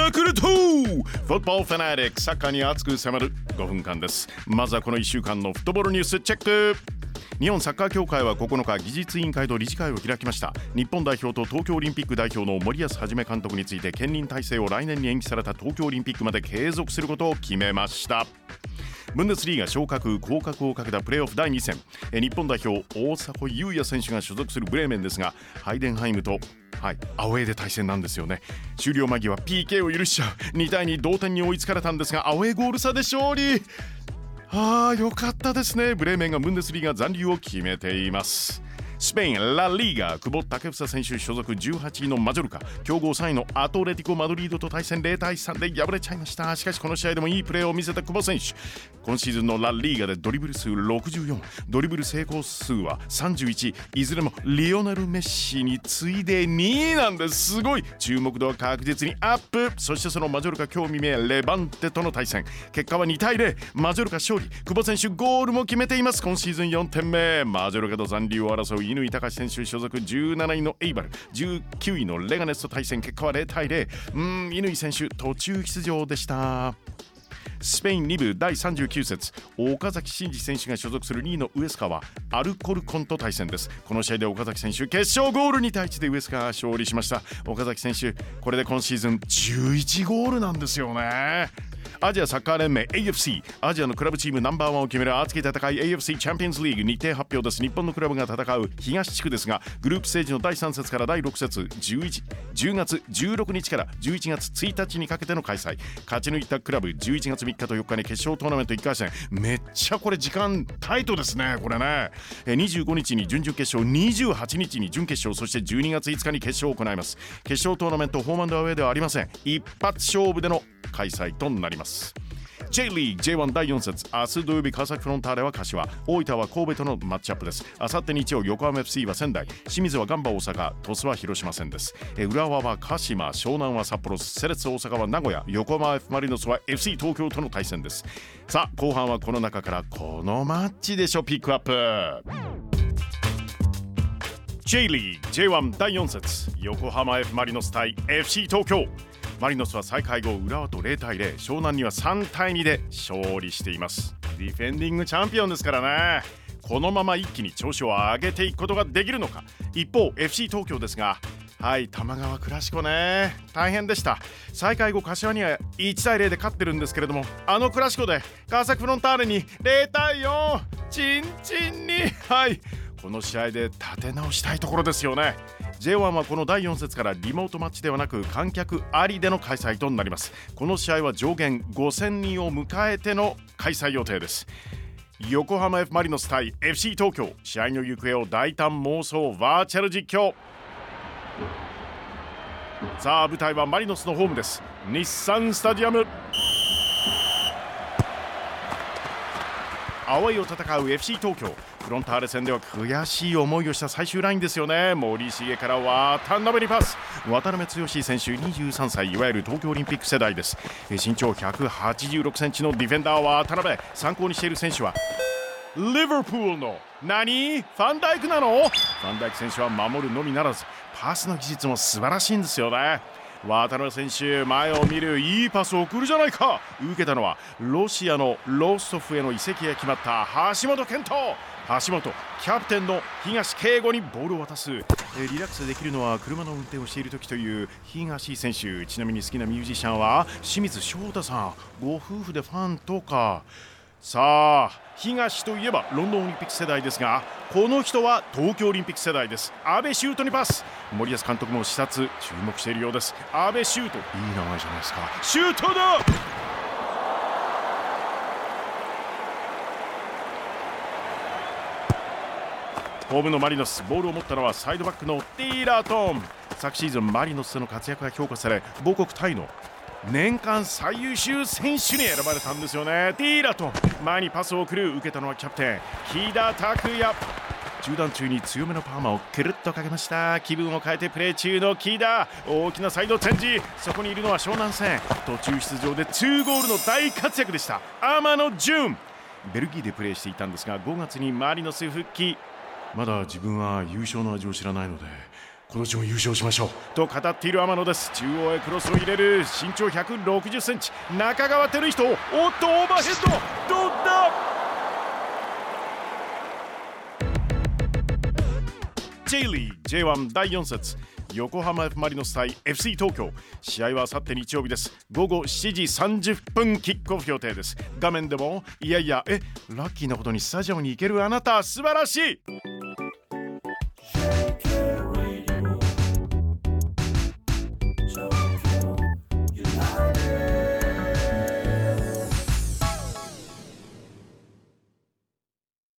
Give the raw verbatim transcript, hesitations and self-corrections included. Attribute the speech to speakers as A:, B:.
A: ヤクルトフットボールファナティック、サッカーに熱く迫るごふんかんです。まずはこのいっしゅうかんのフットボールニュースチェック。日本サッカー協会はここのか技術委員会と理事会を開きました。日本代表と東京オリンピック代表の森保一監督について兼任体制を来年に延期された東京オリンピックまで継続することを決めました。ブンデスリーガ昇格降格をかけたプレーオフだいに戦、日本代表大迫勇也選手が所属するブレーメンですが、ハイデンハイムとはい、アウェーで対戦なんですよね。終了間際 ピーケー を許しちゃう。にたいに同点に追いつかれたんですが、アウェーゴール差で勝利。あー、よかったですね。ブレーメンがブンデスリーガ残留を決めています。スペインラリーガ、久保建英選手所属じゅうはちいのマジョルカ、強豪さんいのアトレティコマドリードと対戦ゼロたいさんで敗れちゃいました。しかしこの試合でもいいプレーを見せた久保選手、今シーズンのラリーガでドリブル数ろくじゅうよん、ドリブル成功数はさんじゅういち、いずれもリオネル・メッシに次いでにいなんです。すごい。注目度は確実にアップ。そしてそのマジョルカ今日未明レバンテとの対戦、結果はにたいゼロ、マジョルカ勝利。久保選手ゴールも決めています。今シーズンよんてんめ。マジョルカと残留を争う乾隆選手所属じゅうなないのエイバル、じゅうきゅういのレガネスと対戦、結果はゼロたいゼロ。うーん、乾選手途中出場でした。スペインに部だいさんじゅうきゅう節、岡崎慎司選手が所属するにいのウエスカはアルコルコンと対戦です。この試合で岡崎選手決勝ゴールにたいいちでウエスカが勝利しました。岡崎選手これで今シーズンじゅういちゴールなんですよね。アジアサッカー連盟 エーエフシー、 アジアのクラブチームナンバーワンを決める熱き戦い エーエフシー チャンピオンズリーグ日程発表です。日本のクラブが戦う東地区ですが、グループステージのだいさん節からだいろく節、じゅういち、じゅうがつじゅうろくにちからじゅういちがつついたちにかけての開催。勝ち抜いたクラブじゅういちがつみっかとよっかに決勝トーナメントいっかい戦。めっちゃこれ時間タイトですね。これねにじゅうごにちに準々決勝、にじゅうはちにちに準決勝、そしてじゅうにがついつかに決勝を行います。決勝トーナメントホームアンドアウェーではありません。一発勝負での開催となります。J リーグ ジェイワン だいよん節、明日土曜日川崎フロンターレは柏、大分は神戸とのマッチアップです。あさって日曜横浜 エフシー は仙台、清水はガンバ大阪、鳥栖は広島戦です。え浦和は鹿島、湘南は札幌、セレッソ大阪は名古屋、横浜 F マリノスは エフシー 東京との対戦です。さあ後半はこの中からこのマッチでしょ。ピックアップ J リーグ ジェイワン だいよん節、横浜 F マリノス対 エフシー 東京。マリノスは再開後浦和とゼロたいゼロ、湘南にはさんたいにで勝利しています。ディフェンディングチャンピオンですからね。このまま一気に調子を上げていくことができるのか。一方 エフシー 東京ですが、はい玉川クラシコね、大変でした。再開後柏にはいちたいゼロで勝ってるんですけれども、あのクラシコで川崎フロンターレにゼロたいよん、チンチンに、はいこの試合で立て直したいところですよね。 ジェイワン はこのだいよん節からリモートマッチではなく観客ありでの開催となります。この試合は上限ごせんにんを迎えての開催予定です。横浜 F マリノス対 エフシー 東京、試合の行方を大胆妄想バーチャル実況。さあ舞台はマリノスのホームです。日産スタジアム。アウェイを戦う エフシー 東京、フロンターレ戦では悔しい思いをした最終ラインですよね。森重から渡辺にパス。渡辺剛選手にじゅうさんさい、いわゆる東京オリンピック世代です。身長ひゃくはちじゅうろくセンチのディフェンダーは渡辺。参考にしている選手はリバプールの何ファンダイクなの。ファンダイク選手は守るのみならずパスの技術も素晴らしいんですよね。渡辺選手前を見る、いいパスを送るじゃないか。受けたのはロシアのロストフへの移籍が決まった橋本健人。橋本キャプテンの東圭吾にボールを渡す。えリラックスできるのは車の運転をしている時という東選手。ちなみに好きなミュージシャンは清水翔太さん。ご夫婦でファンとか。さあ東といえばロンドンオリンピック世代ですが、この人は東京オリンピック世代です。阿部修斗にパス。森保監督も視察注目しているようです。阿部修斗、いい名前じゃないですか。シュートだ。ホームのマリノス、ボールを持ったのはサイドバックのティーラートン。昨シーズンマリノスでの活躍が評価され、母国タイの年間最優秀選手に選ばれたんですよね。ティーラトン前にパスを送る。受けたのはキャプテン木田拓也。中段中に強めのパーマをくるっとかけました。気分を変えてプレー中の木田。大きなサイドチェンジ。そこにいるのは湘南戦。途中出場でにゴールの大活躍でした天野純。ベルギーでプレーしていたんですが、ごがつにマリノス復帰。まだ自分は優勝の味を知らないので、 今年も優勝しましょうと語っている天野です。中央へクロスを入れる。身長ひゃくろくじゅっセンチ、中川照人、おっとオーバーヘッド、どうだ。 J リーグ ジェイワン だいよん節、横浜 F マリノス対 エフシー 東京。試合はあさって日曜日です。午後しちじさんじゅっぷんキックオフ予定です。画面でもいやいやえラッキーなことにスタジアムに行けるあなた素晴らしい。